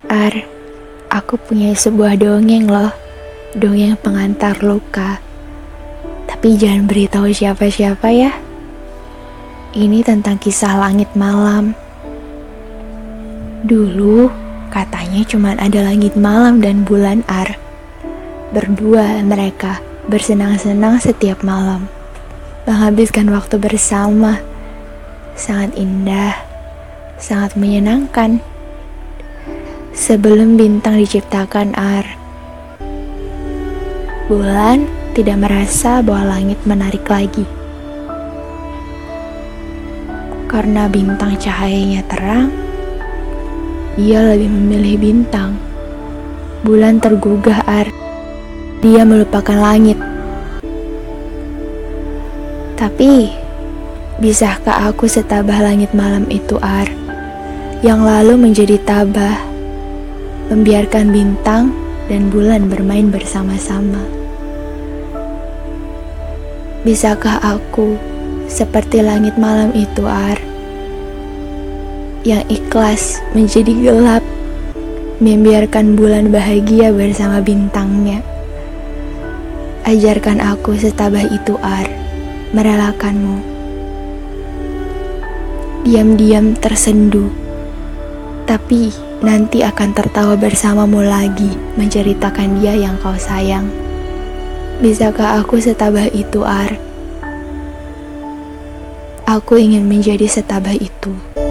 Ar, aku punya sebuah dongeng loh. Dongeng pengantar luka. Tapi jangan beritahu siapa-siapa ya. Ini tentang kisah langit malam. Dulu, katanya cuma ada langit malam dan bulan Ar. Berdua mereka bersenang-senang setiap malam. Menghabiskan waktu bersama. Sangat indah, sangat menyenangkan. Sebelum bintang diciptakan Ar, bulan tidak merasa bahwa langit menarik lagi. Karena bintang cahayanya terang, dia lebih memilih bintang. Bulan tergugah Ar, dia melupakan langit. Tapi, bisakah aku setabah langit malam itu Ar, yang lalu menjadi tabah, membiarkan bintang dan bulan bermain bersama-sama? Bisakah aku seperti langit malam itu Ar, yang ikhlas menjadi gelap, membiarkan bulan bahagia bersama bintangnya? Ajarkan aku setabah itu Ar, merelakanmu. Diam-diam tersendu, tapi nanti akan tertawa bersamamu lagi, menceritakan dia yang kau sayang. Bisakah aku setabah itu Ar? Aku ingin menjadi setabah itu.